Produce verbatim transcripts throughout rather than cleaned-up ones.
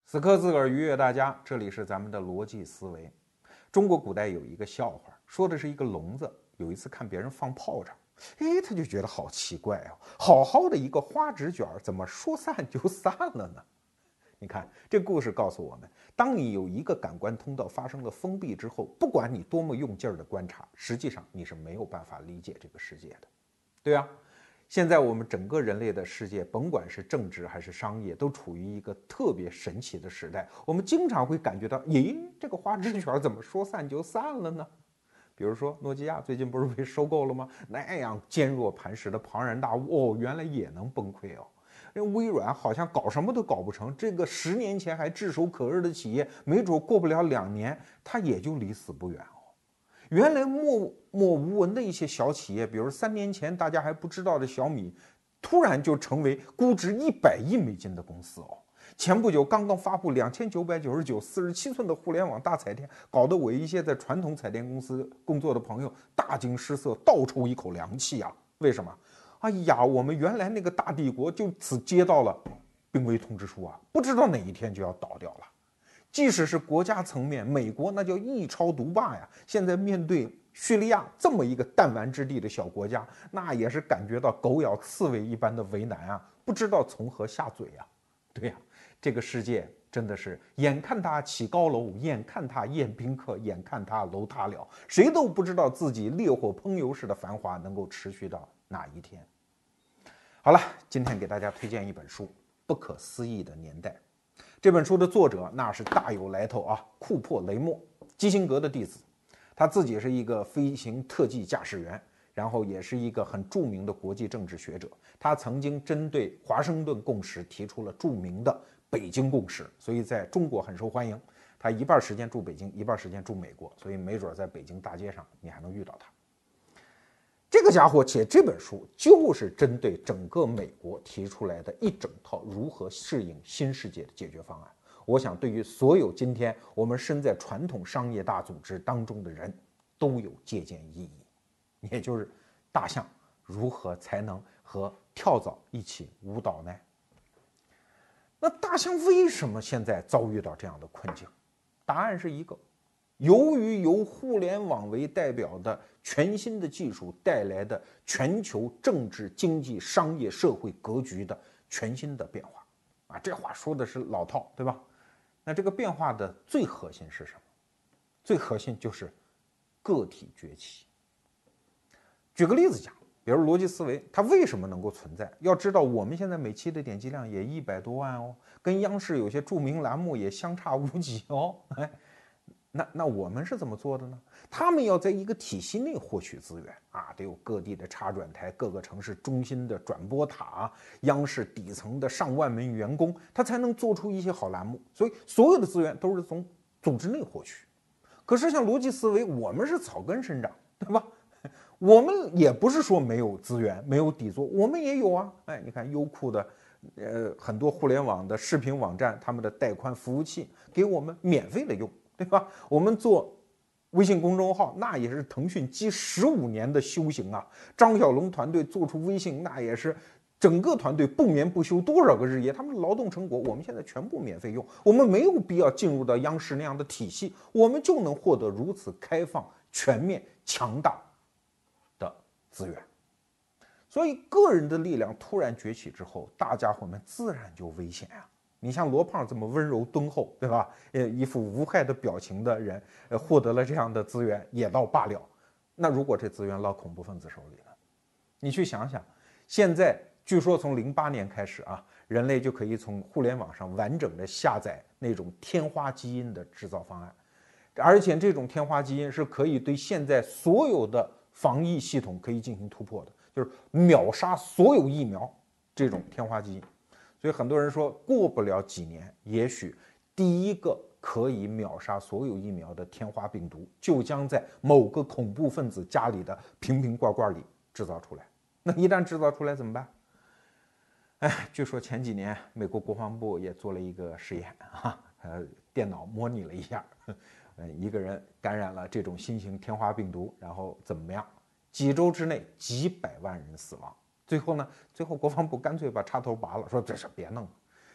死磕自个儿愉悦大家，这里是咱们的逻辑思维。中国古代有一个笑话，说的是一个聋子有一次看别人放炮仗，哎，他就觉得好奇怪啊，好好的一个花纸卷怎么说散就散了呢？你看这故事告诉我们，当你有一个感官通道发生了封闭之后，不管你多么用劲儿的观察，实际上你是没有办法理解这个世界的，对啊。现在我们整个人类的世界，甭管是政治还是商业，都处于一个特别神奇的时代。我们经常会感觉到，咦，这个花纸卷怎么说散就散了呢？比如说诺基亚最近不是被收购了吗？那样坚若磐石的庞然大物，哦，原来也能崩溃哦。人微软好像搞什么都搞不成，这个十年前还炙手可热的企业，没准过不了两年，它也就离死不远哦。原来默默无闻的一些小企业，比如三年前大家还不知道的小米，突然就成为估值一百亿美金的公司哦。前不久刚刚发布两千九百九十九四十七寸的互联网大彩电，搞得我一些在传统彩电公司工作的朋友大惊失色，倒抽一口凉气啊！为什么？哎呀，我们原来那个大帝国就此接到了病危通知书啊，不知道哪一天就要倒掉了。即使是国家层面，美国那叫一超独霸呀，现在面对叙利亚这么一个弹丸之地的小国家，那也是感觉到狗咬刺猬一般的为难啊，不知道从何下嘴啊。对呀，这个世界真的是眼看它起高楼，眼看它宴宾客，眼看它楼塌了，谁都不知道自己烈火烹油式的繁华能够持续到哪一天。好了，今天给大家推荐一本书《不可思议的年代》。这本书的作者那是大有来头啊，库珀·雷默，基辛格的弟子，他自己是一个飞行特技驾驶员，然后也是一个很著名的国际政治学者。他曾经针对华盛顿共识提出了著名的北京共识，所以在中国很受欢迎。他一半时间住北京，一半时间住美国，所以没准在北京大街上你还能遇到他。这个家伙写这本书就是针对整个美国提出来的一整套如何适应新世界的解决方案。我想对于所有今天我们身在传统商业大组织当中的人都有借鉴意义，也就是大象如何才能和跳蚤一起舞蹈呢？那大象为什么现在遭遇到这样的困境？答案是一个，由于由互联网为代表的全新的技术带来的全球政治、经济、商业、社会格局的全新的变化啊，这话说的是老套，对吧？那这个变化的最核心是什么？最核心就是个体崛起。举个例子讲，比如逻辑思维，它为什么能够存在？要知道，我们现在每期的点击量也一百多万哦，跟央视有些著名栏目也相差无几哦。哎。那那我们是怎么做的呢？他们要在一个体系内获取资源啊，得有各地的插转台、各个城市中心的转播塔、央视底层的上万名员工，他才能做出一些好栏目。所以所有的资源都是从组织内获取。可是像逻辑思维，我们是草根生长，对吧？我们也不是说没有资源、没有底座，我们也有啊。哎，你看优酷的，呃，很多互联网的视频网站，他们的带宽服务器给我们免费的用。对吧？我们做微信公众号，那也是腾讯积十五年的修行啊。张小龙团队做出微信，那也是整个团队不眠不休多少个日夜，他们的劳动成果，我们现在全部免费用。我们没有必要进入到央视那样的体系，我们就能获得如此开放、全面、强大的资源。所以，个人的力量突然崛起之后，大家伙们自然就危险啊。你像罗胖这么温柔敦厚，对吧？呃，一副无害的表情的人，呃，获得了这样的资源也倒罢了。那如果这资源落恐怖分子手里呢？你去想想，现在据说从零八年开始啊，人类就可以从互联网上完整的下载那种天花基因的制造方案，而且这种天花基因是可以对现在所有的防疫系统可以进行突破的，就是秒杀所有疫苗这种天花基因。所以很多人说，过不了几年，也许第一个可以秒杀所有疫苗的天花病毒就将在某个恐怖分子家里的瓶瓶罐罐里制造出来。那一旦制造出来怎么办？哎，据说前几年美国国防部也做了一个实验啊，呃，电脑模拟了一下，呃，一个人感染了这种新型天花病毒，然后怎么样？几周之内几百万人死亡。最后呢，最后国防部干脆把插头拔了，说这事别弄了。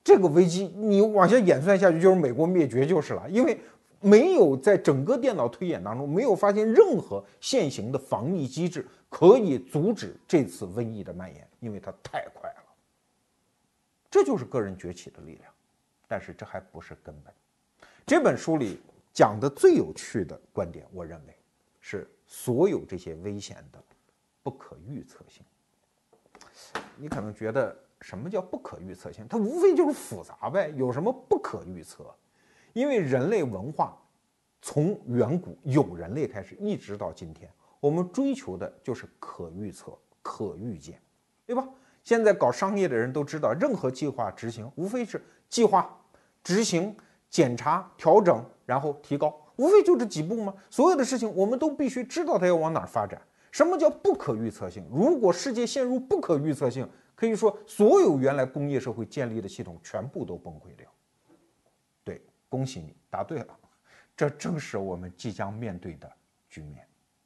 这个危机你往下演算下去，就是美国灭绝就是了，因为没有在整个电脑推演当中没有发现任何现行的防疫机制可以阻止这次瘟疫的蔓延，因为它太快了。这就是个人崛起的力量，但是这还不是根本。这本书里讲的最有趣的观点，我认为是所有这些危险的不可预测性。你可能觉得什么叫不可预测性？它无非就是复杂呗，有什么不可预测？因为人类文化从远古有人类开始，一直到今天，我们追求的就是可预测、可预见，对吧？现在搞商业的人都知道，任何计划执行无非是计划、执行、检查、调整，然后提高，无非就这几步嘛。所有的事情我们都必须知道它要往哪儿发展。什么叫不可预测性？如果世界陷入不可预测性，可以说所有原来工业社会建立的系统全部都崩溃掉。对，恭喜你答对了，这正是我们即将面对的局面。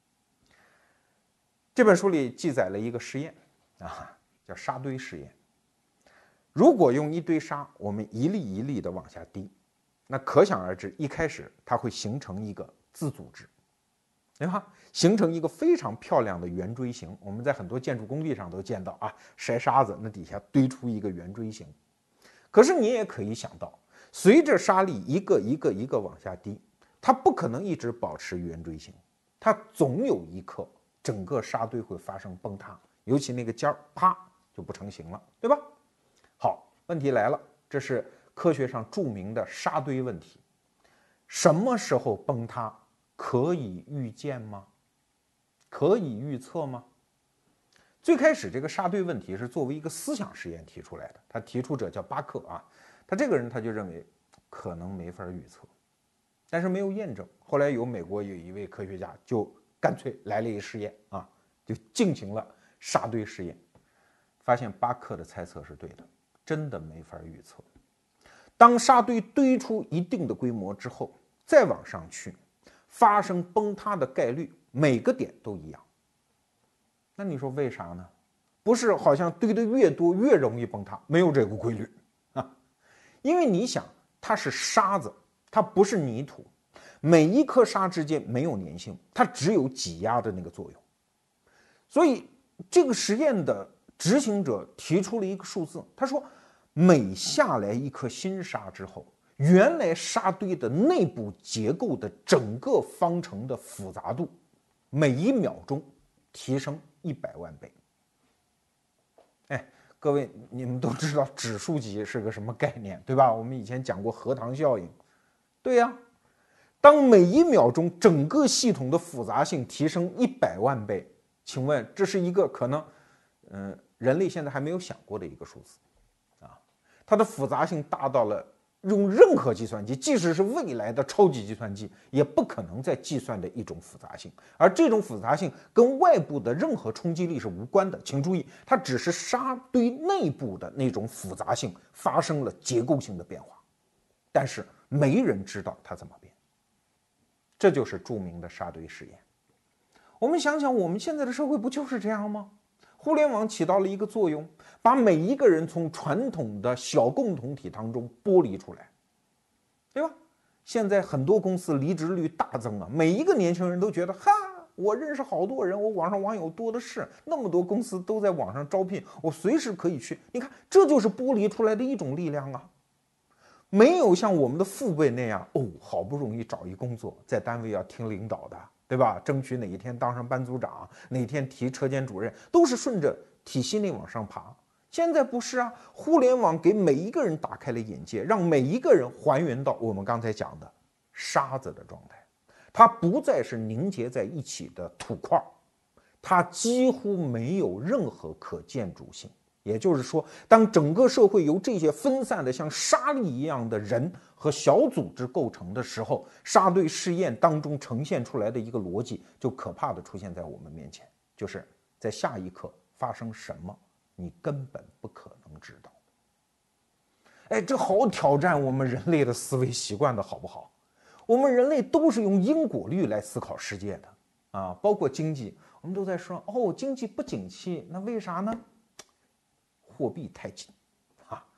这本书里记载了一个实验啊，叫沙堆实验。如果用一堆沙，我们一粒一粒的往下滴，那可想而知，一开始它会形成一个自组织，对吧？形成一个非常漂亮的圆锥形。我们在很多建筑工地上都见到啊，筛沙子，那底下堆出一个圆锥形。可是你也可以想到，随着沙粒一个一个一个往下滴，它不可能一直保持圆锥形，它总有一刻整个沙堆会发生崩塌，尤其那个尖儿啪就不成形了，对吧？好，问题来了，这是科学上著名的沙堆问题。什么时候崩塌可以预见吗？可以预测吗？最开始这个沙堆问题是作为一个思想实验提出来的，他提出者叫巴克啊，他这个人他就认为可能没法预测，但是没有验证。后来有美国有一位科学家就干脆来了一实验啊，就进行了沙堆实验，发现巴克的猜测是对的，真的没法预测。当沙堆堆出一定的规模之后，再往上去，发生崩塌的概率每个点都一样。那你说为啥呢？不是好像堆得越多越容易崩塌，没有这个规律啊。因为你想，它是沙子，它不是泥土，每一颗沙之间没有粘性，它只有挤压的那个作用。所以这个实验的执行者提出了一个数字，他说每下来一颗新沙之后，原来沙堆的内部结构的整个方程的复杂度，每一秒钟提升一百万倍。哎，各位，你们都知道指数级是个什么概念，对吧？我们以前讲过核糖效应。对呀，当每一秒钟整个系统的复杂性提升一百万倍，请问这是一个可能，嗯、呃，人类现在还没有想过的一个数字啊！它的复杂性大到了用任何计算机，即使是未来的超级计算机，也不可能再计算的一种复杂性。而这种复杂性跟外部的任何冲击力是无关的。请注意，它只是沙堆内部的那种复杂性发生了结构性的变化，但是没人知道它怎么变。这就是著名的沙堆实验。我们想想，我们现在的社会不就是这样吗？互联网起到了一个作用，把每一个人从传统的小共同体当中剥离出来，对吧？现在很多公司离职率大增啊，每一个年轻人都觉得，哈，我认识好多人，我网上网友多的是，那么多公司都在网上招聘，我随时可以去。你看，这就是剥离出来的一种力量啊。没有像我们的父辈那样，哦，好不容易找一工作，在单位要听领导的，对吧？争取哪一天当上班组长，哪天提车间主任，都是顺着体系内往上爬。现在不是啊，互联网给每一个人打开了眼界，让每一个人还原到我们刚才讲的沙子的状态，它不再是凝结在一起的土块，它几乎没有任何可建筑性。也就是说，当整个社会由这些分散的像沙粒一样的人和小组织构成的时候，沙堆试验当中呈现出来的一个逻辑就可怕的出现在我们面前，就是在下一刻发生什么，你根本不可能知道。哎，这好挑战我们人类的思维习惯的好不好？我们人类都是用因果律来思考世界的啊，包括经济，我们都在说哦，经济不景气，那为啥呢？货币太紧啊，那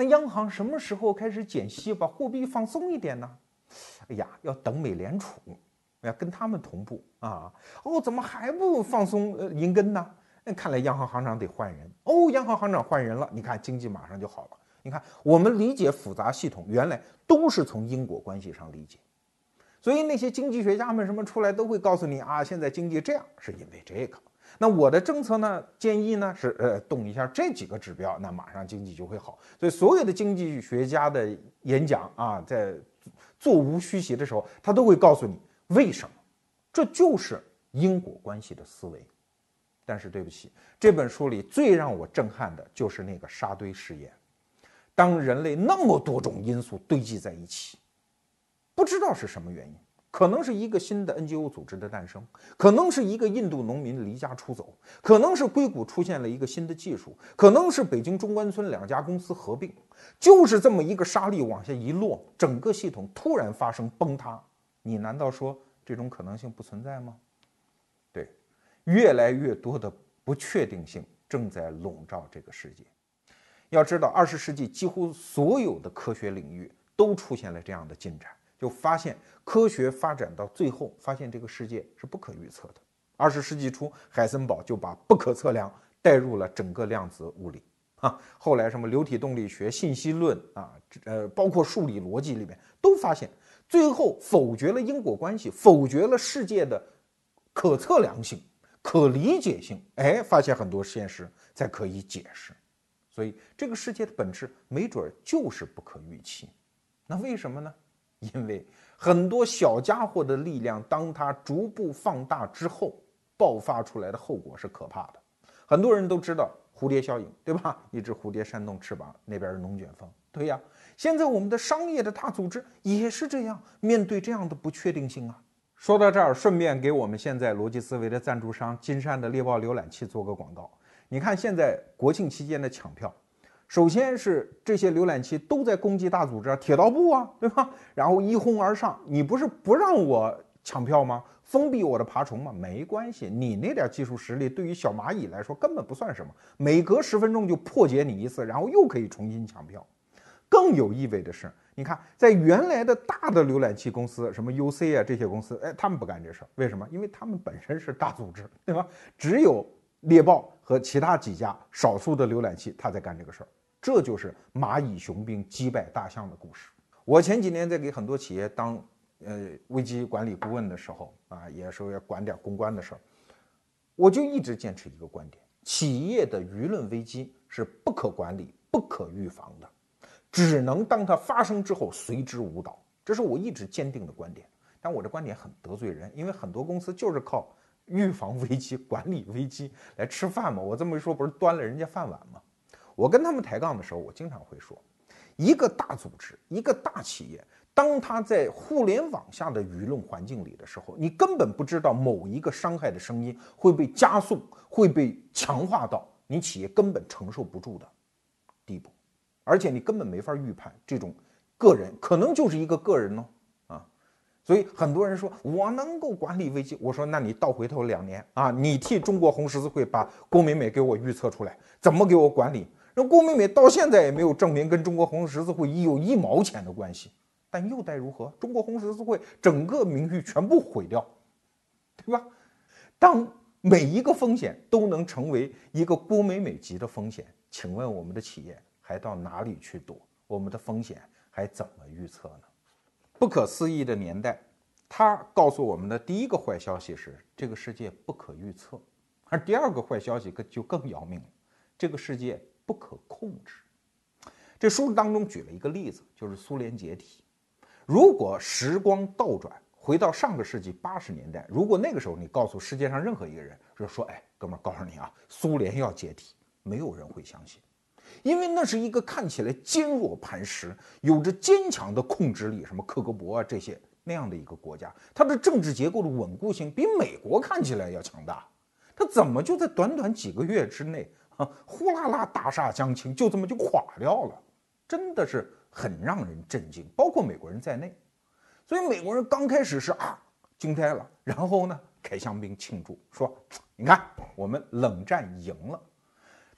那央行什么时候开始减息，把货币放松一点呢？哎呀，要等美联储，要跟他们同步啊。哦，怎么还不放松呃银根呢？那看来央行行长得换人。哦，央行行长换人了，你看经济马上就好了。你看我们理解复杂系统，原来都是从因果关系上理解。所以那些经济学家们什么出来都会告诉你啊，现在经济这样是因为这个。那我的政策呢，建议呢是呃动一下这几个指标，那马上经济就会好。所以所有的经济学家的演讲啊，在座无虚席的时候，他都会告诉你为什么，这就是因果关系的思维。但是对不起，这本书里最让我震撼的就是那个沙堆实验。当人类那么多种因素堆积在一起，不知道是什么原因，可能是一个新的 N G O 组织的诞生，可能是一个印度农民离家出走，可能是硅谷出现了一个新的技术，可能是北京中关村两家公司合并，就是这么一个沙粒往下一落，整个系统突然发生崩塌。你难道说这种可能性不存在吗？对，越来越多的不确定性正在笼罩这个世界。要知道，二十世纪几乎所有的科学领域都出现了这样的进展，就发现科学发展到最后，发现这个世界是不可预测的。二十世纪初，海森堡就把不可测量带入了整个量子物理啊。后来什么流体动力学、信息论啊，呃，包括数理逻辑里面都发现，最后否决了因果关系，否决了世界的可测量性、可理解性，哎，发现很多现实才可以解释。所以这个世界的本质没准就是不可预期。那为什么呢？因为很多小家伙的力量，当它逐步放大之后，爆发出来的后果是可怕的。很多人都知道蝴蝶效应，对吧？一只蝴蝶扇动翅膀，那边是龙卷风。对呀，现在我们的商业的大组织也是这样，面对这样的不确定性啊。说到这儿，顺便给我们现在逻辑思维的赞助商金山的猎豹浏览器做个广告。你看现在国庆期间的抢票，首先是这些浏览器都在攻击大组织啊，铁道部啊，对吧？然后一哄而上，你不是不让我抢票吗？封闭我的爬虫吗？没关系，你那点技术实力对于小蚂蚁来说根本不算什么，每隔十分钟就破解你一次，然后又可以重新抢票。更有意味的是，你看在原来的大的浏览器公司，什么 U C 啊这些公司，哎，他们不干这事，为什么？因为他们本身是大组织，对吧？只有猎豹和其他几家少数的浏览器，他在干这个事儿，这就是蚂蚁雄兵击败大象的故事。我前几年在给很多企业当呃危机管理顾问的时候啊，也是要管点公关的事儿，我就一直坚持一个观点：企业的舆论危机是不可管理、不可预防的，只能当它发生之后随之舞蹈。这是我一直坚定的观点。但我这观点很得罪人，因为很多公司就是靠预防危机、管理危机来吃饭嘛。我这么一说，不是端了人家饭碗吗？我跟他们抬杠的时候，我经常会说，一个大组织、一个大企业，当它在互联网下的舆论环境里的时候，你根本不知道某一个伤害的声音会被加速、会被强化到你企业根本承受不住的地步，而且你根本没法预判这种个人可能就是一个个人哦。所以很多人说我能够管理危机，我说那你倒回头两年啊，你替中国红十字会把郭美美给我预测出来，怎么给我管理？那郭美美到现在也没有证明跟中国红十字会有一毛钱的关系，但又待如何？中国红十字会整个名誉全部毁掉，对吧？当每一个风险都能成为一个郭美美级的风险，请问我们的企业还到哪里去躲？我们的风险还怎么预测呢？不可思议的年代，它告诉我们的第一个坏消息是这个世界不可预测，而第二个坏消息就更要命了，这个世界不可控制。这书当中举了一个例子，就是苏联解体。如果时光倒转，回到上个世纪八十年代，如果那个时候你告诉世界上任何一个人，就说，哎，哥们儿，告诉你啊，苏联要解体，没有人会相信。因为那是一个看起来坚若磐石、有着坚强的控制力，什么克格勃啊这些那样的一个国家，它的政治结构的稳固性比美国看起来要强大。它怎么就在短短几个月之内啊，呼啦啦大厦将倾，就这么就垮掉了？真的是很让人震惊，包括美国人在内。所以美国人刚开始是啊惊呆了，然后呢开香槟庆祝，说你看我们冷战赢了。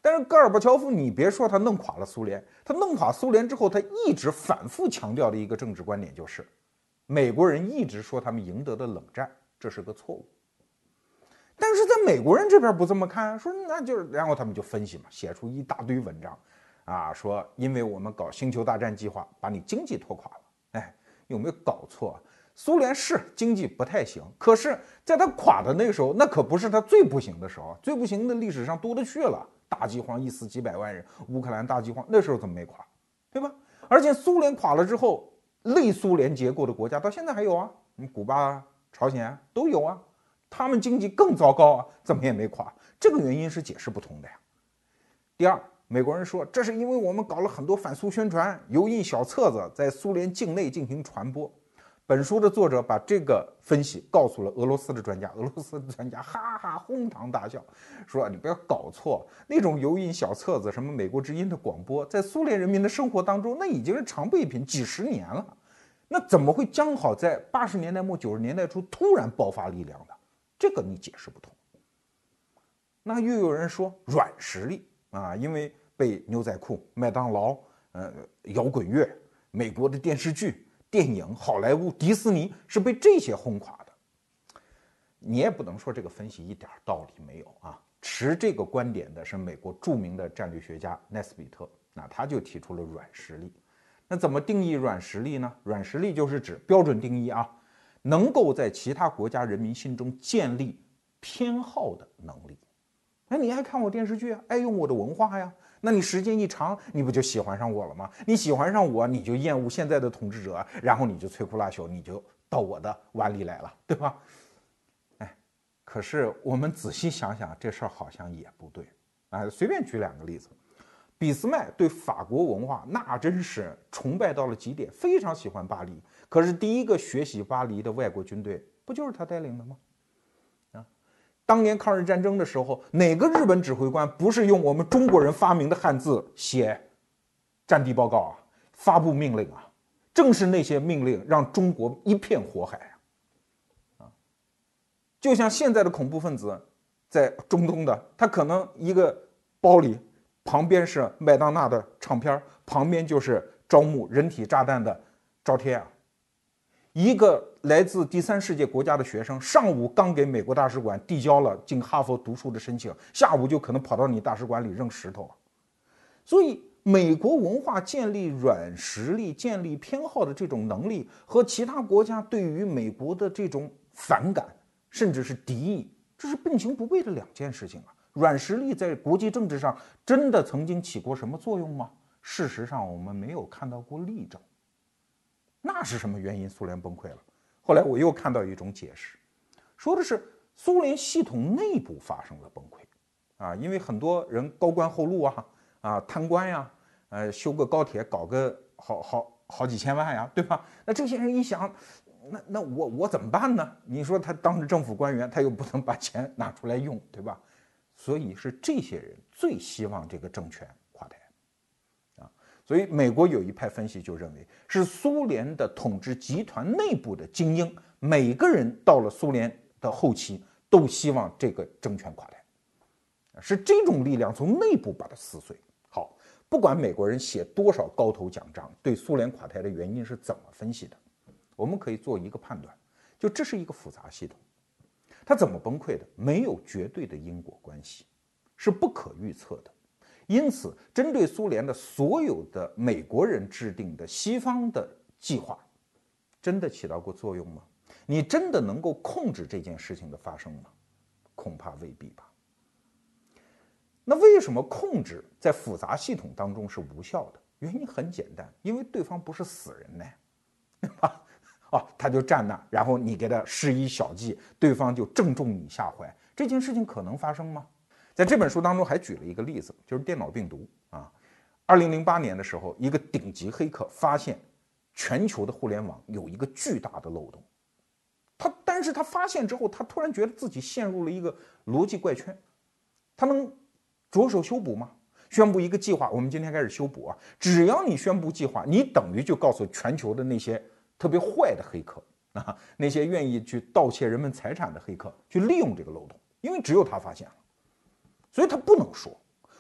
但是戈尔巴乔夫，你别说他弄垮了苏联，他弄垮苏联之后，他一直反复强调的一个政治观点就是，美国人一直说他们赢得了冷战，这是个错误。但是在美国人这边不这么看，说那就是，然后他们就分析嘛，写出一大堆文章，啊，说因为我们搞星球大战计划，把你经济拖垮了。哎，有没有搞错？苏联是经济不太行，可是在他垮的那个时候，那可不是他最不行的时候，最不行的历史上多得去了。大饥荒一死几百万人，乌克兰大饥荒那时候怎么没垮，对吧？而且苏联垮了之后，类苏联结构的国家到现在还有啊，古巴、朝鲜都有啊，他们经济更糟糕啊，怎么也没垮。这个原因是解释不通的呀。第二，美国人说这是因为我们搞了很多反苏宣传，油印小册子在苏联境内进行传播。本书的作者把这个分析告诉了俄罗斯的专家，俄罗斯的专家哈哈哄堂大笑，说你不要搞错，那种油印小册子，什么美国之音的广播，在苏联人民的生活当中，那已经是常备品几十年了，那怎么会刚好在八十年代末九十年代初突然爆发力量的？这个你解释不通。那又有人说软实力啊，因为被牛仔裤、麦当劳、呃摇滚乐、美国的电视剧、电影、好莱坞、迪士尼是被这些轰垮的。你也不能说这个分析一点道理没有啊。持这个观点的是美国著名的战略学家奈斯比特，那他就提出了软实力。那怎么定义软实力呢？软实力就是指标准定义啊，能够在其他国家人民心中建立偏好的能力。那你爱看我电视剧啊，爱用我的文化呀，那你时间一长，你不就喜欢上我了吗？你喜欢上我，你就厌恶现在的统治者，然后你就摧枯拉朽，你就到我的碗里来了，对吧？哎，可是我们仔细想想，这事儿好像也不对啊。随便举两个例子，俾斯麦对法国文化那真是崇拜到了极点，非常喜欢巴黎。可是第一个学习巴黎的外国军队，不就是他带领的吗？当年抗日战争的时候，哪个日本指挥官不是用我们中国人发明的汉字写战地报告啊，发布命令啊？正是那些命令让中国一片火海啊！就像现在的恐怖分子在中东的，他可能一个包里旁边是麦当娜的唱片，旁边就是招募人体炸弹的招贴啊。一个来自第三世界国家的学生，上午刚给美国大使馆递交了进哈佛读书的申请，下午就可能跑到你大使馆里扔石头了。所以，美国文化建立软实力、建立偏好的这种能力，和其他国家对于美国的这种反感，甚至是敌意，这是并行不悖的两件事情啊。软实力在国际政治上真的曾经起过什么作用吗？事实上，我们没有看到过例证。那是什么原因苏联崩溃了？后来我又看到一种解释，说的是苏联系统内部发生了崩溃啊，因为很多人高官厚禄啊啊贪官呀，呃修个高铁搞个好好好几千万呀，对吧？那这些人一想，那那我我怎么办呢？你说他当着政府官员，他又不能把钱拿出来用，对吧？所以是这些人最希望这个政权垮台。所以，美国有一派分析就认为，是苏联的统治集团内部的精英，每个人到了苏联的后期，都希望这个政权垮台，是这种力量从内部把它撕碎。好，不管美国人写多少高头奖章，对苏联垮台的原因是怎么分析的，我们可以做一个判断，就这是一个复杂系统，它怎么崩溃的，没有绝对的因果关系，是不可预测的。因此，针对苏联的所有的美国人制定的西方的计划，真的起到过作用吗？你真的能够控制这件事情的发生吗？恐怕未必吧。那为什么控制在复杂系统当中是无效的？原因很简单，因为对方不是死人呢，对吧？哦，他就站那，然后你给他施以小计，对方就正中你下怀，这件事情可能发生吗？在这本书当中还举了一个例子，就是电脑病毒啊。二零零八年的时候，一个顶级黑客发现全球的互联网有一个巨大的漏洞。他，但是他发现之后，他突然觉得自己陷入了一个逻辑怪圈。他能着手修补吗？宣布一个计划，我们今天开始修补啊。只要你宣布计划，你等于就告诉全球的那些特别坏的黑客啊，那些愿意去盗窃人们财产的黑客，去利用这个漏洞，因为只有他发现了。所以他不能说，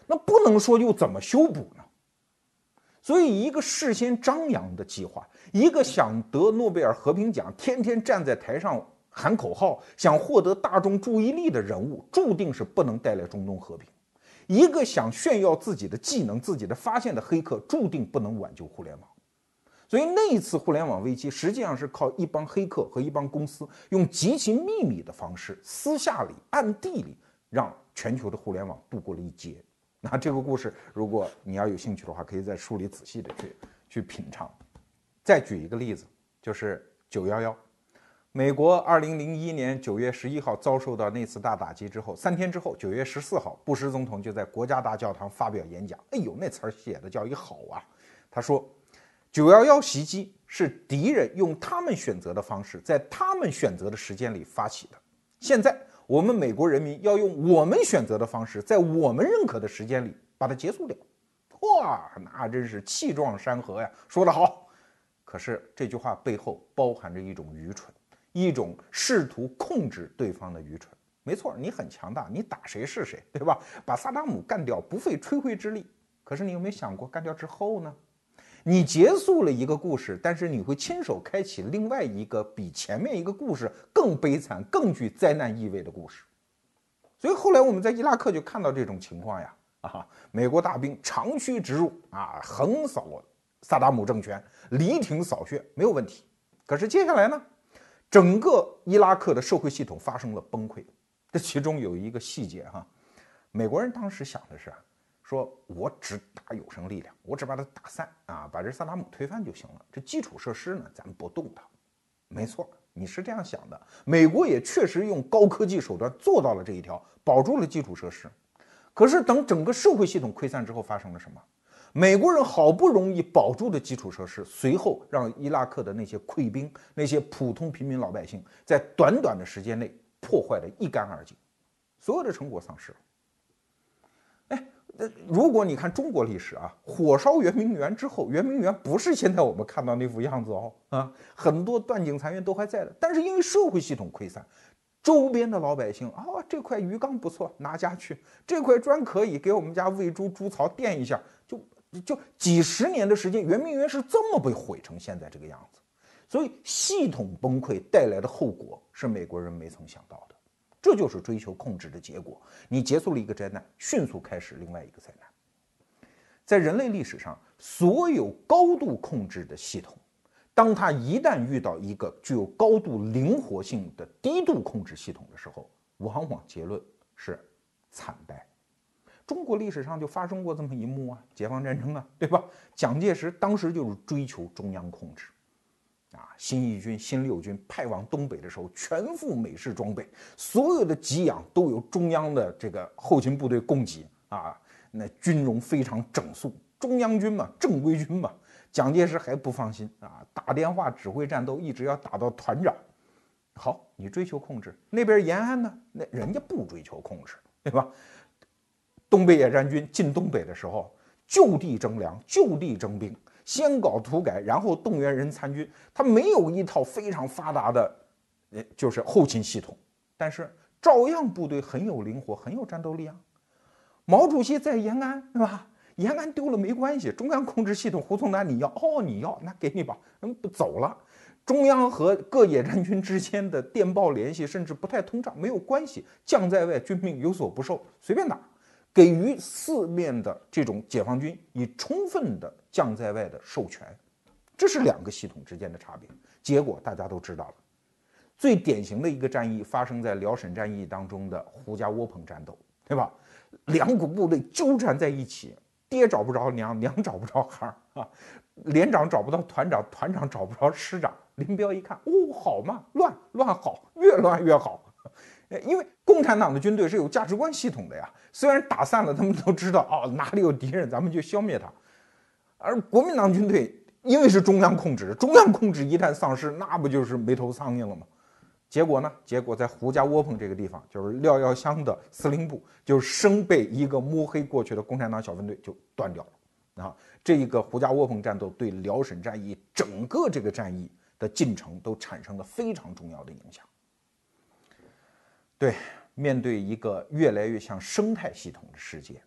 那不能说又怎么修补呢？所以，一个事先张扬的计划，一个想得诺贝尔和平奖、天天站在台上喊口号、想获得大众注意力的人物，注定是不能带来中东和平；一个想炫耀自己的技能、自己的发现的黑客，注定不能挽救互联网。所以，那一次互联网危机实际上是靠一帮黑客和一帮公司用极其秘密的方式，私下里、暗地里，让全球的互联网度过了一劫。那这个故事，如果你要有兴趣的话，可以在书里仔细的去去品尝。再举一个例子，就是九一一，美国二零零一年九月十一号遭受到那次大打击之后，三天之后，九月十四号，布什总统就在国家大教堂发表演讲。哎呦，那词儿写的叫一好啊！他说，九一一袭击是敌人用他们选择的方式，在他们选择的时间里发起的。现在我们美国人民要用我们选择的方式，在我们认可的时间里把它结束掉。哇，那真是气壮山河呀！说得好。可是这句话背后包含着一种愚蠢，一种试图控制对方的愚蠢。没错，你很强大，你打谁是谁，对吧？把萨达姆干掉不费吹灰之力。可是你有没有想过，干掉之后呢？你结束了一个故事，但是你会亲手开启另外一个比前面一个故事更悲惨、更具灾难意味的故事。所以后来我们在伊拉克就看到这种情况呀，啊，美国大兵长驱直入啊，横扫萨达姆政权，犁庭扫穴，没有问题。可是接下来呢，整个伊拉克的社会系统发生了崩溃。这其中有一个细节哈，美国人当时想的是啊，说我只打有生力量，我只把它打散啊，把这萨达姆推翻就行了。这基础设施呢，咱们不动它。没错，你是这样想的。美国也确实用高科技手段做到了这一条，保住了基础设施。可是等整个社会系统溃散之后，发生了什么？美国人好不容易保住的基础设施，随后让伊拉克的那些溃兵、那些普通平民老百姓，在短短的时间内破坏得一干二净，所有的成果丧失了。哎，如果你看中国历史啊，火烧圆明园之后，圆明园不是现在我们看到那副样子哦，啊，很多断井残垣都还在的。但是因为社会系统溃散，周边的老百姓啊，这块鱼缸不错，拿家去；这块砖可以给我们家喂猪，猪槽垫一下，就就几十年的时间，圆明园是这么被毁成现在这个样子。所以系统崩溃带来的后果是美国人没曾想到的。这就是追求控制的结果。你结束了一个灾难，迅速开始另外一个灾难。在人类历史上，所有高度控制的系统，当它一旦遇到一个具有高度灵活性的低度控制系统的时候，往往结论是惨败。中国历史上就发生过这么一幕啊，解放战争啊，对吧？蒋介石当时就是追求中央控制。啊，新一军、新六军派往东北的时候，全副美式装备，所有的给养都由中央的这个后勤部队供给啊，那军容非常整肃，中央军嘛，正规军嘛。蒋介石还不放心啊，打电话指挥战斗，一直要打到团长。好，你追求控制，那边延安呢，那人家不追求控制，对吧？东北野战军进东北的时候，就地征粮，就地征兵。先搞土改，然后动员人参军，他没有一套非常发达的，呃，就是后勤系统，但是照样部队很有灵活，很有战斗力啊。毛主席在延安，是吧？延安丢了没关系，中央控制系统胡宗南你要，哦，你要，那给你吧，嗯，不走了。中央和各野战军之间的电报联系甚至不太通畅，没有关系，将在外，军命有所不受，随便打。给予四面的这种解放军以充分的将在外的授权，这是两个系统之间的差别。结果大家都知道了，最典型的一个战役发生在辽沈战役当中的胡家窝棚战斗，对吧？两股部队纠缠在一起，爹找不着娘，娘找不着孩啊，连长找不到团长，团长找不着师长。林彪一看，哦，好嘛，乱乱好，越乱越好。因为共产党的军队是有价值观系统的呀，虽然打散了，他们都知道哦哪里有敌人，咱们就消灭他。而国民党军队因为是中央控制，中央控制一旦丧失，那不就是没头苍蝇了吗？结果呢？结果在胡家窝棚这个地方，就是廖耀湘的司令部，就生被一个摸黑过去的共产党小分队就断掉了啊！这一个胡家窝棚战斗对辽沈战役整个这个战役的进程都产生了非常重要的影响。对，面对一个越来越像生态系统的世界，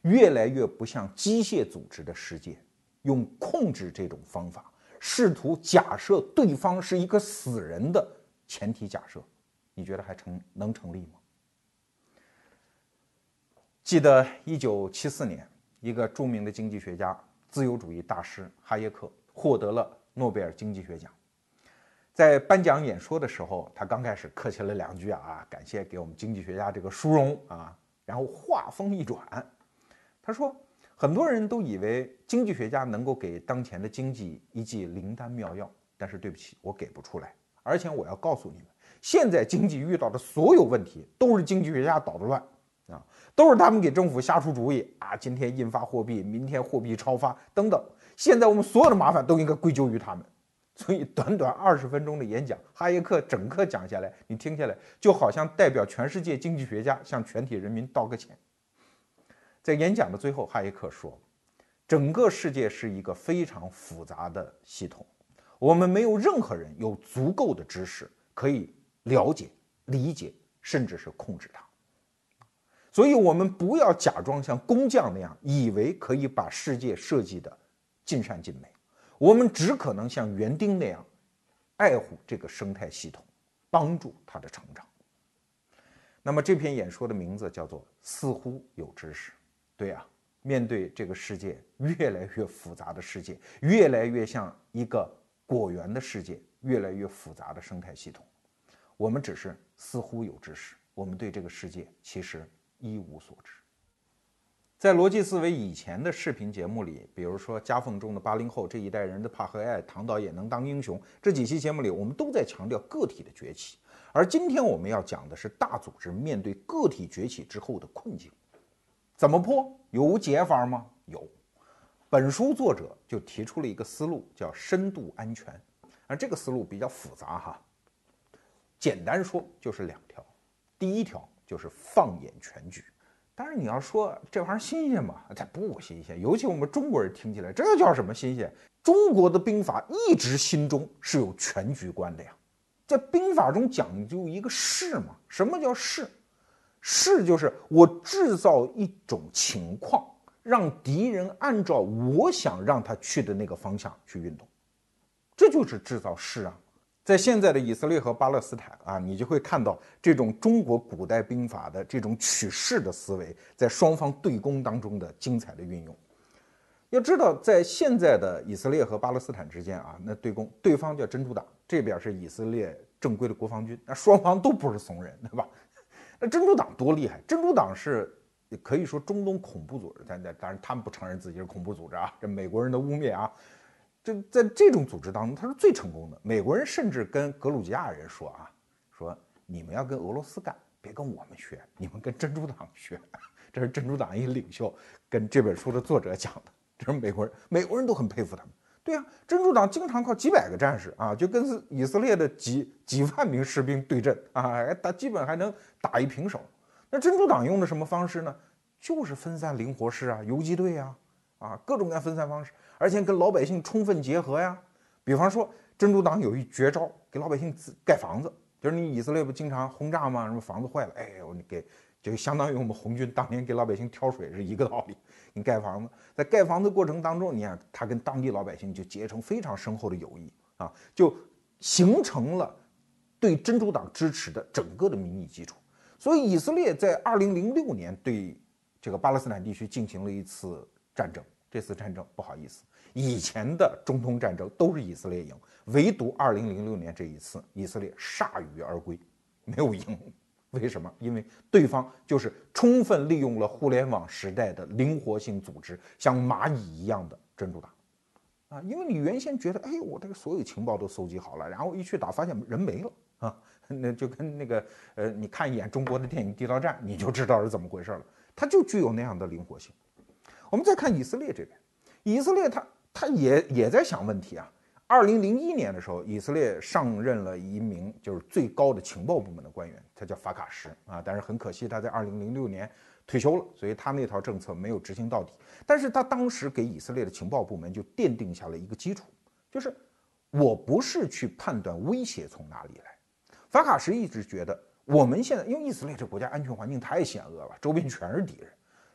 越来越不像机械组织的世界，用控制这种方法，试图假设对方是一个死人的前提假设，你觉得还成能成立吗？记得一九七四年，一个著名的经济学家、自由主义大师哈耶克获得了诺贝尔经济学奖。在颁奖演说的时候，他刚开始客气了两句啊，感谢给我们经济学家这个殊荣啊，然后话锋一转，他说，很多人都以为经济学家能够给当前的经济一剂灵丹妙药，但是对不起，我给不出来。而且我要告诉你们，现在经济遇到的所有问题都是经济学家捣的乱啊，都是他们给政府瞎出主意啊，今天印发货币，明天货币超发等等，现在我们所有的麻烦都应该归咎于他们。所以短短二十分钟的演讲，哈耶克整个讲下来，你听下来就好像代表全世界经济学家向全体人民道个歉。在演讲的最后，哈耶克说，整个世界是一个非常复杂的系统，我们没有任何人有足够的知识可以了解、理解，甚至是控制它。所以我们不要假装像工匠那样，以为可以把世界设计得尽善尽美。我们只可能像园丁那样爱护这个生态系统，帮助它的成长。那么这篇演说的名字叫做似乎有知识。对啊，面对这个世界越来越复杂的世界，越来越像一个果园的世界，越来越复杂的生态系统，我们只是似乎有知识，我们对这个世界其实一无所知。在逻辑思维以前的视频节目里，比如说夹缝中的八零后这一代人的怕和爱，唐导也能当英雄，这几期节目里我们都在强调个体的崛起，而今天我们要讲的是大组织面对个体崛起之后的困境，怎么破？有解法吗？有。本书作者就提出了一个思路，叫深度安全，而这个思路比较复杂哈，简单说就是两条，第一条就是放眼全局。当然你要说这玩意儿新鲜吗？它不新鲜，尤其我们中国人听起来，这叫什么新鲜？中国的兵法一直心中是有全局观的呀。在兵法中讲究一个势嘛，什么叫势？势就是我制造一种情况，让敌人按照我想让他去的那个方向去运动，这就是制造势啊。在现在的以色列和巴勒斯坦啊，你就会看到这种中国古代兵法的这种取势的思维，在双方对攻当中的精彩的运用。要知道，在现在的以色列和巴勒斯坦之间啊，那对攻，对方叫真主党，这边是以色列正规的国防军，那双方都不是怂人，对吧？那真主党多厉害？真主党是可以说中东恐怖组织，但当然他们不承认自己是恐怖组织啊，这美国人的污蔑啊。这在这种组织当中，他是最成功的。美国人甚至跟格鲁吉亚人说啊，说你们要跟俄罗斯干，别跟我们学，你们跟真主党学。这是真主党一领袖跟这本书的作者讲的，这是美国人，美国人都很佩服他们。对啊，真主党经常靠几百个战士啊，就跟以色列的几几万名士兵对阵啊，打基本还能打一平手。那真主党用的什么方式呢？就是分散灵活式啊，游击队啊，啊各种各样分散方式。而且跟老百姓充分结合呀，比方说真主党有一绝招，给老百姓盖房子，就是你以色列不经常轰炸吗？什么房子坏了，哎呦，你给就相当于我们红军当年给老百姓挑水是一个道理。你盖房子，在盖房子过程当中，你看他跟当地老百姓就结成非常深厚的友谊啊，就形成了对真主党支持的整个的民意基础。所以以色列在二零零六年对这个巴勒斯坦地区进行了一次战争。这次战争不好意思，以前的中东战争都是以色列赢，唯独二零零六年这一次，以色列铩羽而归，没有赢。为什么？因为对方就是充分利用了互联网时代的灵活性组织，像蚂蚁一样的真主党啊！因为你原先觉得，哎，我这个所有情报都搜集好了，然后一去打发现人没了啊，那就跟那个呃，你看一眼中国的电影《地道战》，你就知道是怎么回事了。它就具有那样的灵活性。我们再看以色列这边，以色列他他也也在想问题啊。二零零一年的时候，以色列上任了一名就是最高的情报部门的官员，他叫法卡什啊。但是很可惜，他在二零零六年退休了，所以他那套政策没有执行到底。但是他当时给以色列的情报部门就奠定下了一个基础，就是我不是去判断威胁从哪里来。法卡什一直觉得我们现在因为以色列这国家安全环境太险恶了，周边全是敌人。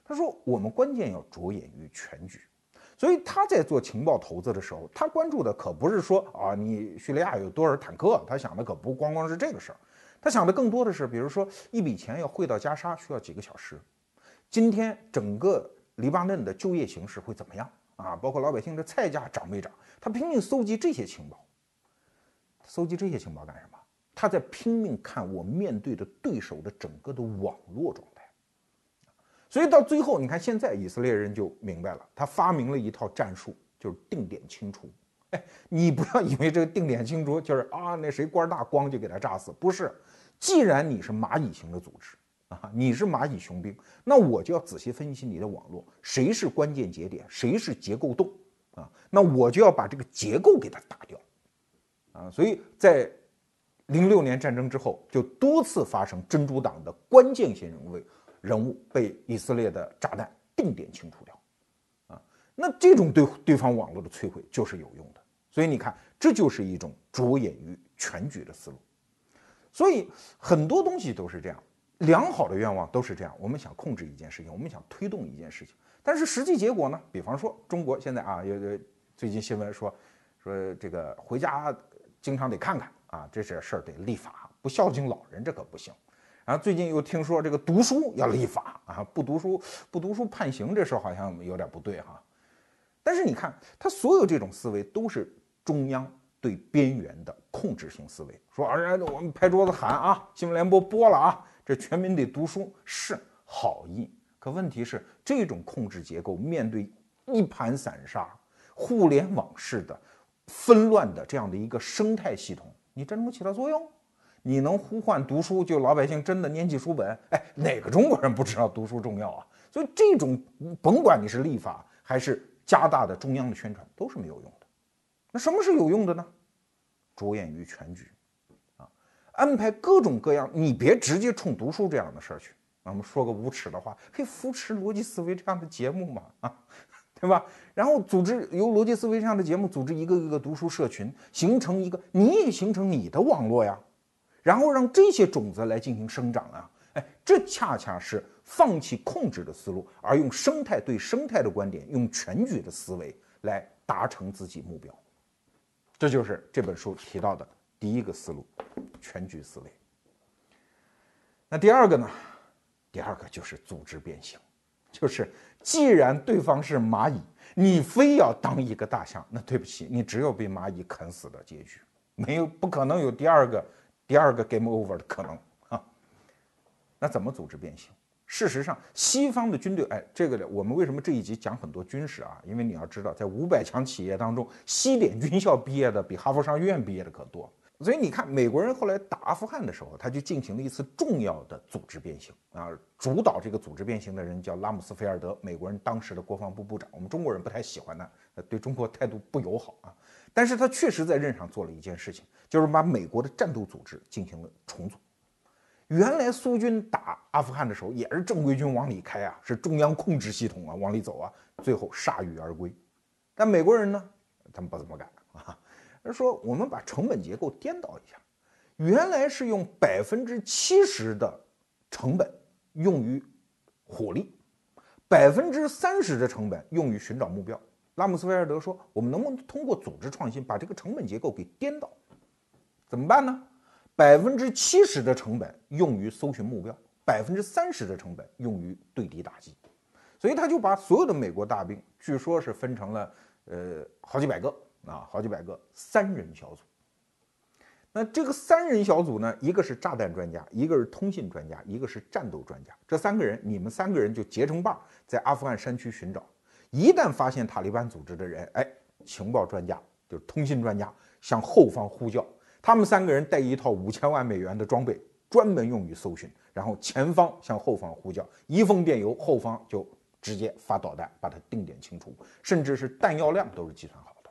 他说我们关键要着眼于全局。所以他在做情报投资的时候，他关注的可不是说啊，你叙利亚有多少坦克，他想的可不光光是这个事儿，他想的更多的是，比如说一笔钱要汇到加沙需要几个小时，今天整个黎巴嫩的就业形势会怎么样啊？包括老百姓的菜价涨没涨？他拼命搜集这些情报，搜集这些情报干什么？他在拼命看我面对的对手的整个的网络状态。所以到最后，你看现在以色列人就明白了，他发明了一套战术，就是定点清除。哎，你不要以为这个定点清除就是啊，那谁官大光就给他炸死，不是。既然你是蚂蚁型的组织啊，你是蚂蚁雄兵，那我就要仔细分析你的网络，谁是关键节点，谁是结构洞啊，那我就要把这个结构给它打掉啊。所以在零六年战争之后，就多次发生真主党的关键性人物。人物被以色列的炸弹定点清除掉，啊，那这种对对方网络的摧毁就是有用的。所以你看，这就是一种着眼于全局的思路。所以很多东西都是这样，良好的愿望都是这样。我们想控制一件事情，我们想推动一件事情，但是实际结果呢？比方说中国现在啊，有有最近新闻说说这个回家经常得看看啊，这些事儿得立法，不孝敬老人这可不行。然后最近又听说这个读书要立法啊，不读书不读书判刑，这事儿好像有点不对哈。但是你看，他所有这种思维都是中央对边缘的控制性思维，说啊，我们拍桌子喊啊，新闻联播播了啊，这全民得读书是好意，可问题是这种控制结构面对一盘散沙、互联网式的纷乱的这样的一个生态系统，你真能起到作用？你能呼唤读书，就老百姓真的拈起书本？哎，哪个中国人不知道读书重要啊？所以这种甭管你是立法还是加大的中央的宣传，都是没有用的。那什么是有用的呢？着眼于全局啊，安排各种各样，你别直接冲读书这样的事儿去。我们说个无耻的话，可以扶持逻辑思维这样的节目嘛？啊，对吧？然后组织由逻辑思维这样的节目组织一个一个读书社群，形成一个，你也形成你的网络呀。然后让这些种子来进行生长啊，哎，这恰恰是放弃控制的思路，而用生态对生态的观点，用全局的思维来达成自己目标。这就是这本书提到的第一个思路，全局思维。那第二个呢？第二个就是组织变形，就是既然对方是蚂蚁，你非要当一个大象，那对不起，你只有被蚂蚁啃死的结局，没有不可能有第二个。第二个 game over 的可能啊，那怎么组织变形？事实上，西方的军队，哎，这个我们为什么这一集讲很多军事啊？因为你要知道，在五百强企业当中，西点军校毕业的比哈佛商学院毕业的可多。所以你看，美国人后来打阿富汗的时候，他就进行了一次重要的组织变形啊。主导这个组织变形的人叫拉姆斯菲尔德，美国人当时的国防部部长。我们中国人不太喜欢他，对中国态度不友好啊。但是他确实在任上做了一件事情，就是把美国的战斗组织进行了重组。原来苏军打阿富汗的时候也是正规军往里开啊，是中央控制系统啊往里走啊，最后铩羽而归。但美国人呢，他们不这么干啊，他说我们把成本结构颠倒一下，原来是用百分之七十的成本用于火力，百分之三十的成本用于寻找目标。拉姆斯菲尔德说：“我们能不能通过组织创新把这个成本结构给颠倒？怎么办呢？百分之七十的成本用于搜寻目标，百分之三十的成本用于对敌打击。所以他就把所有的美国大兵，据说是分成了呃好几百个啊，好几百个三人小组。那这个三人小组呢，一个是炸弹专家，一个是通信专家，一个是战斗专家。这三个人，你们三个人就结成伴，在阿富汗山区寻找。”一旦发现塔利班组织的人，哎，情报专家就是通信专家向后方呼叫，他们三个人带一套五千万美元的装备，专门用于搜寻，然后前方向后方呼叫，一封电邮，后方就直接发导弹把它定点清除，甚至是弹药量都是计算好的。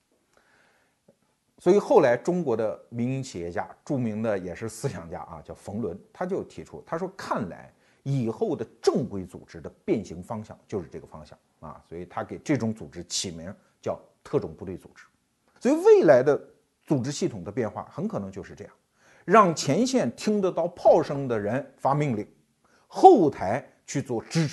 所以后来中国的民营企业家，著名的也是思想家啊，叫冯仑，他就提出，他说看来以后的正规组织的变形方向就是这个方向啊，所以他给这种组织起名叫特种部队组织。所以未来的组织系统的变化很可能就是这样，让前线听得到炮声的人发命令，后台去做支持，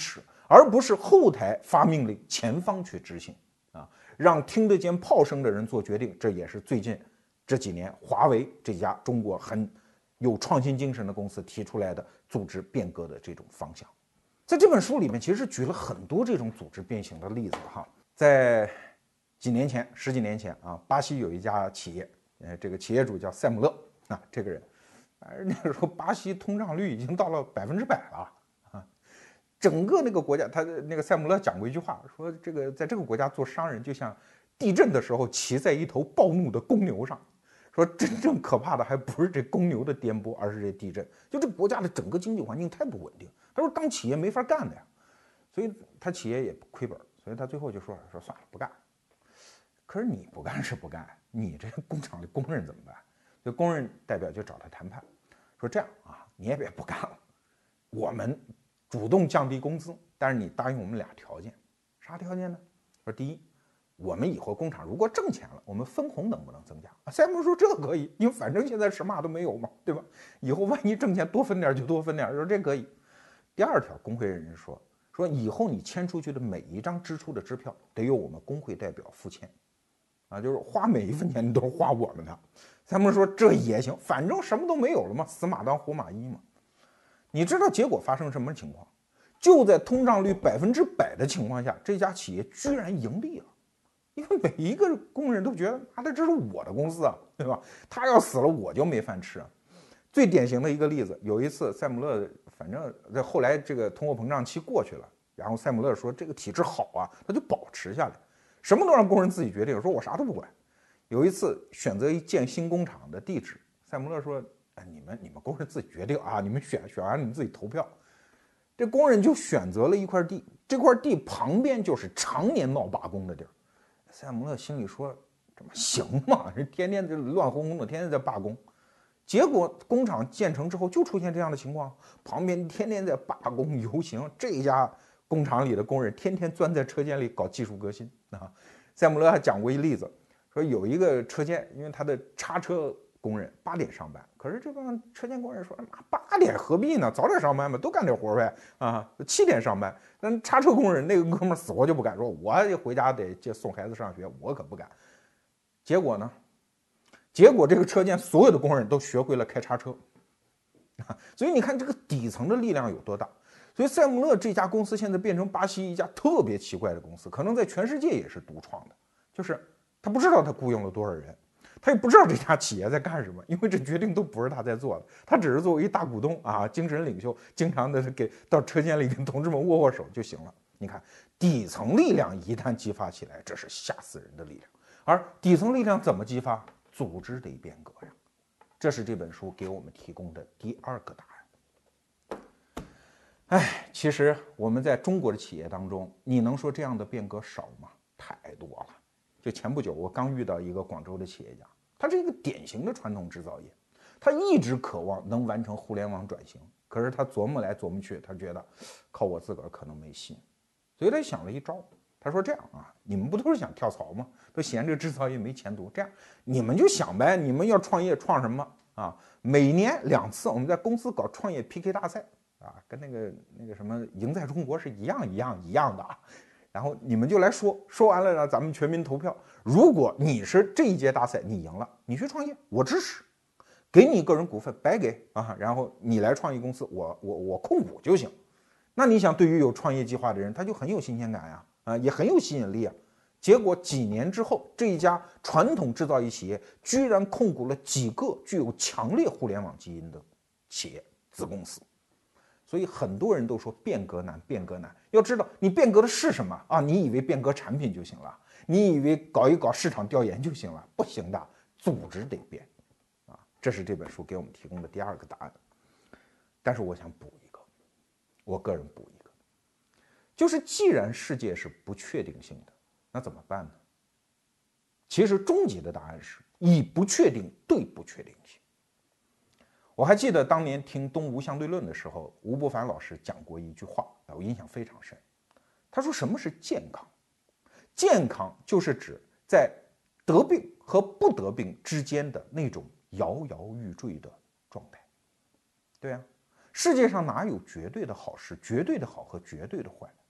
而不是后台发命令，前方去执行啊，让听得见炮声的人做决定。这也是最近这几年华为这家中国很有创新精神的公司提出来的组织变革的这种方向。在这本书里面，其实举了很多这种组织变形的例子哈。在几年前，十几年前啊，巴西有一家企业，呃，这个企业主叫塞姆勒啊，这个人，而那个时候巴西通胀率已经到了百分之百了啊，整个那个国家，他那个塞姆勒讲过一句话，说这个在这个国家做商人就像地震的时候骑在一头暴怒的公牛上。说真正可怕的还不是这公牛的颠簸，而是这地震。就这个国家的整个经济环境太不稳定，他说当企业没法干的呀，所以他企业也亏本，所以他最后就说说算了不干。可是你不干是不干，你这工厂的工人怎么办？就工人代表就找他谈判，说这样啊，你也别不干了，我们主动降低工资，但是你答应我们俩条件，啥条件呢？说第一，我们以后工厂如果挣钱了，我们分红能不能增加？啊，塞姆说这可以，因为反正现在什么都没有嘛，对吧？以后万一挣钱多分点就多分点，说这可以。第二条，工会人士说说以后你签出去的每一张支出的支票得由我们工会代表付签，啊，就是花每一分钱你都是花我们的。塞姆说这也行，反正什么都没有了嘛，死马当活马医嘛。你知道结果发生什么情况？就在通胀率百分之百的情况下，这家企业居然盈利了。因为每一个工人都觉得，妈的，这是我的公司啊，对吧？他要死了，我就没饭吃啊。最典型的一个例子，有一次塞姆勒，反正在后来这个通货膨胀期过去了，然后塞姆勒说这个体制好啊，他就保持下来，什么都让工人自己决定，说我啥都不管。有一次选择一建新工厂的地址，塞姆勒说，哎，你们你们工人自己决定啊，你们选选完你们自己投票。这工人就选择了一块地，这块地旁边就是常年闹罢工的地儿。塞姆勒心里说：“这么行吗？人天天这乱哄哄的，天天在罢工。结果工厂建成之后，就出现这样的情况，旁边天天在罢工游行。这家工厂里的工人天天钻在车间里搞技术革新啊。”塞姆勒还讲过一例子，说有一个车间，因为他的叉车工人八点上班，可是这帮车间工人说：“妈，八点何必呢？早点上班吧，多干点活呗啊！七点上班。”但叉车工人那个哥们儿死活就不干，说我回家得接送孩子上学，我可不干。结果呢？结果这个车间所有的工人都学会了开叉车，所以你看这个底层的力量有多大。所以塞姆勒这家公司现在变成巴西一家特别奇怪的公司，可能在全世界也是独创的，就是他不知道他雇佣了多少人。他也不知道这家企业在干什么，因为这决定都不是他在做的，他只是作为一大股东啊，精神领袖，经常的给到车间里跟同志们握握手就行了。你看，底层力量一旦激发起来，这是吓死人的力量。而底层力量怎么激发？组织得变革呀，这是这本书给我们提供的第二个答案。哎，其实我们在中国的企业当中，你能说这样的变革少吗？太多了。就前不久，我刚遇到一个广州的企业家，他是一个典型的传统制造业，他一直渴望能完成互联网转型，可是他琢磨来琢磨去，他觉得靠我自个儿可能没戏，所以他想了一招，他说这样啊，你们不都是想跳槽吗？都嫌这个制造业没前途，这样你们就想呗，你们要创业创什么啊？每年两次我们在公司搞创业 P K 大赛啊，跟那个那个什么赢在中国是一样一样一样的啊。然后你们就来说，说完了呢，咱们全民投票。如果你是这一届大赛你赢了，你去创业，我支持，给你个人股份，白给啊。然后你来创业公司，我我我控股就行。那你想，对于有创业计划的人，他就很有新鲜感呀，啊，也很有吸引力啊。结果几年之后，这一家传统制造业企业居然控股了几个具有强烈互联网基因的企业子公司。所以很多人都说变革难，变革难。要知道你变革的是什么啊？你以为变革产品就行了？你以为搞一搞市场调研就行了？不行的，组织得变啊！这是这本书给我们提供的第二个答案。但是我想补一个，我个人补一个，就是既然世界是不确定性的，那怎么办呢？其实终极的答案是以不确定对不确定性。我还记得当年听东吴相对论的时候，吴伯凡老师讲过一句话，我印象非常深。他说什么是健康？健康就是指在得病和不得病之间的那种摇摇欲坠的状态。对啊，世界上哪有绝对的好事、绝对的好和绝对的坏？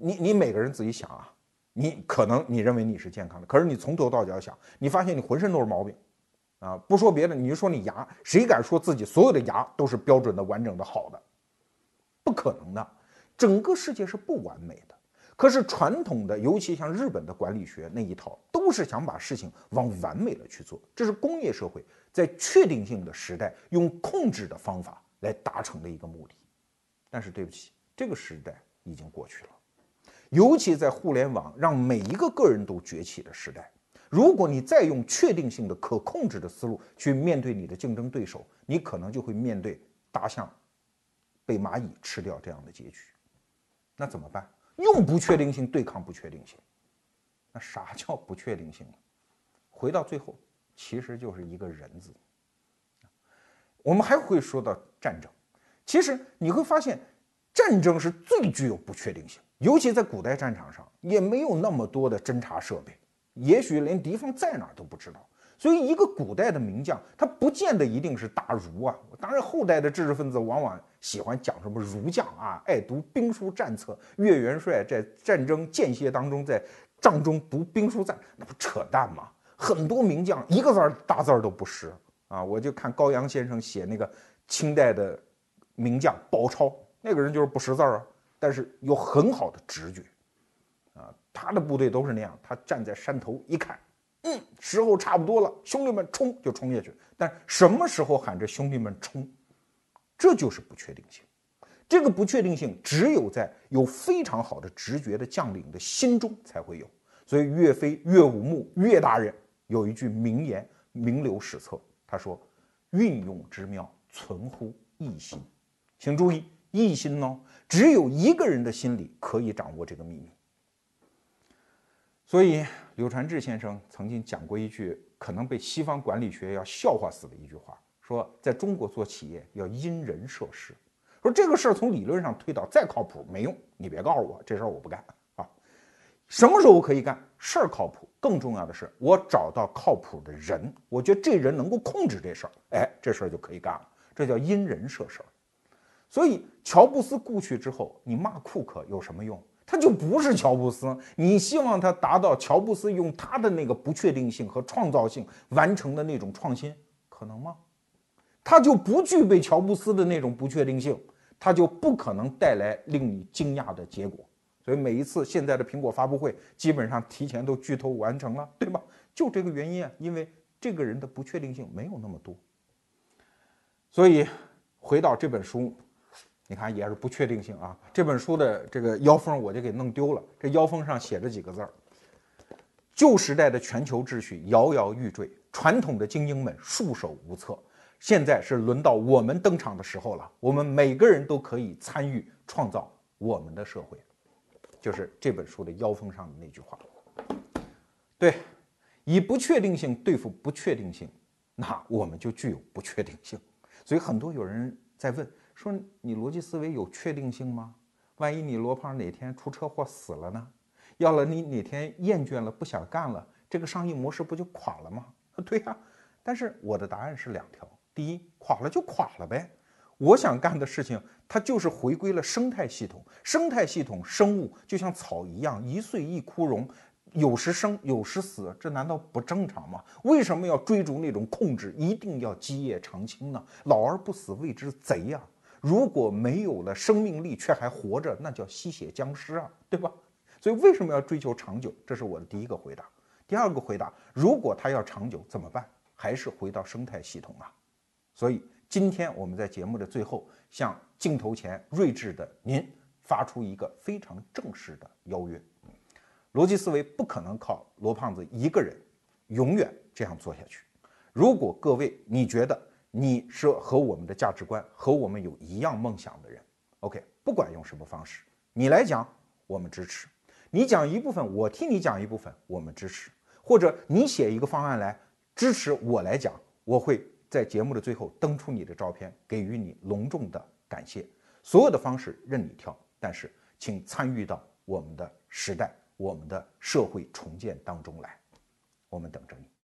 你你每个人自己想啊，你可能你认为你是健康的，可是你从头到脚想，你发现你浑身都是毛病啊！不说别的，你就说你牙，谁敢说自己所有的牙都是标准的、完整的、好的？不可能的，整个世界是不完美的。可是传统的，尤其像日本的管理学那一套，都是想把事情往完美了去做。这是工业社会在确定性的时代用控制的方法来达成的一个目的。但是对不起，这个时代已经过去了。尤其在互联网让每一个个人都崛起的时代，如果你再用确定性的可控制的思路去面对你的竞争对手，你可能就会面对大象被蚂蚁吃掉这样的结局。那怎么办？用不确定性对抗不确定性。那啥叫不确定性呢？回到最后，其实就是一个人字。我们还会说到战争，其实你会发现，战争是最具有不确定性，尤其在古代战场上，也没有那么多的侦察设备，也许连敌方在哪儿都不知道。所以，一个古代的名将，他不见得一定是大儒啊。当然，后代的知识分子往往喜欢讲什么儒将啊，爱读兵书战策。岳元帅在战争间歇当中，在帐中读兵书战，那不扯淡吗？很多名将一个字儿大字儿都不识啊。我就看高阳先生写那个清代的名将包超，那个人就是不识字儿啊，但是有很好的直觉啊。他的部队都是那样，他站在山头一看。嗯，时候差不多了，兄弟们冲就冲下去。但什么时候喊着兄弟们冲，这就是不确定性。这个不确定性只有在有非常好的直觉的将领的心中才会有。所以岳飞、岳武穆、岳大人有一句名言名留史册，他说：“运用之妙，存乎一心。”请注意，一心哦，只有一个人的心里可以掌握这个秘密。所以，柳传志先生曾经讲过一句可能被西方管理学要笑话死的一句话，说在中国做企业要因人设事。说这个事儿从理论上推导再靠谱没用，你别告诉我这事儿我不干啊。什么时候可以干？事儿靠谱，更重要的是我找到靠谱的人，我觉得这人能够控制这事儿，哎，这事儿就可以干了。这叫因人设事儿。所以乔布斯故去之后，你骂库克有什么用？他就不是乔布斯，你希望他达到乔布斯用他的那个不确定性和创造性完成的那种创新，可能吗？他就不具备乔布斯的那种不确定性，他就不可能带来令你惊讶的结果。所以每一次现在的苹果发布会基本上提前都剧透完成了，对吧？就这个原因啊，因为这个人的不确定性没有那么多。所以回到这本书，你看也是不确定性啊。这本书的这个腰封我就给弄丢了，这腰封上写着几个字儿：旧时代的全球秩序摇摇欲坠，传统的精英们束手无策。现在是轮到我们登场的时候了，我们每个人都可以参与创造我们的社会。就是这本书的腰封上的那句话。对，以不确定性对付不确定性，那我们就具有不确定性。所以很多有人在问说，你逻辑思维有确定性吗？万一你罗胖哪天出车祸死了呢？要了你哪天厌倦了不想干了，这个商业模式不就垮了吗？对呀、啊，但是我的答案是两条：第一，垮了就垮了呗。我想干的事情，它就是回归了生态系统。生态系统生物就像草一样，一岁一枯荣，有时生有时死，这难道不正常吗？为什么要追逐那种控制，一定要基业长青呢？老而不死谓之贼呀、啊！如果没有了生命力却还活着，那叫吸血僵尸啊，对吧？所以为什么要追求长久？这是我的第一个回答。第二个回答，如果它要长久怎么办？还是回到生态系统啊。所以今天我们在节目的最后，向镜头前睿智的您发出一个非常正式的邀约。逻辑思维不可能靠罗胖子一个人永远这样做下去。如果各位你觉得你是和我们的价值观和我们有一样梦想的人 ，OK， 不管用什么方式，你来讲我们支持，你讲一部分，我替你讲一部分，我们支持，或者你写一个方案来支持我来讲，我会在节目的最后登出你的照片，给予你隆重的感谢。所有的方式任你挑，但是请参与到我们的时代、我们的社会重建当中来，我们等着你。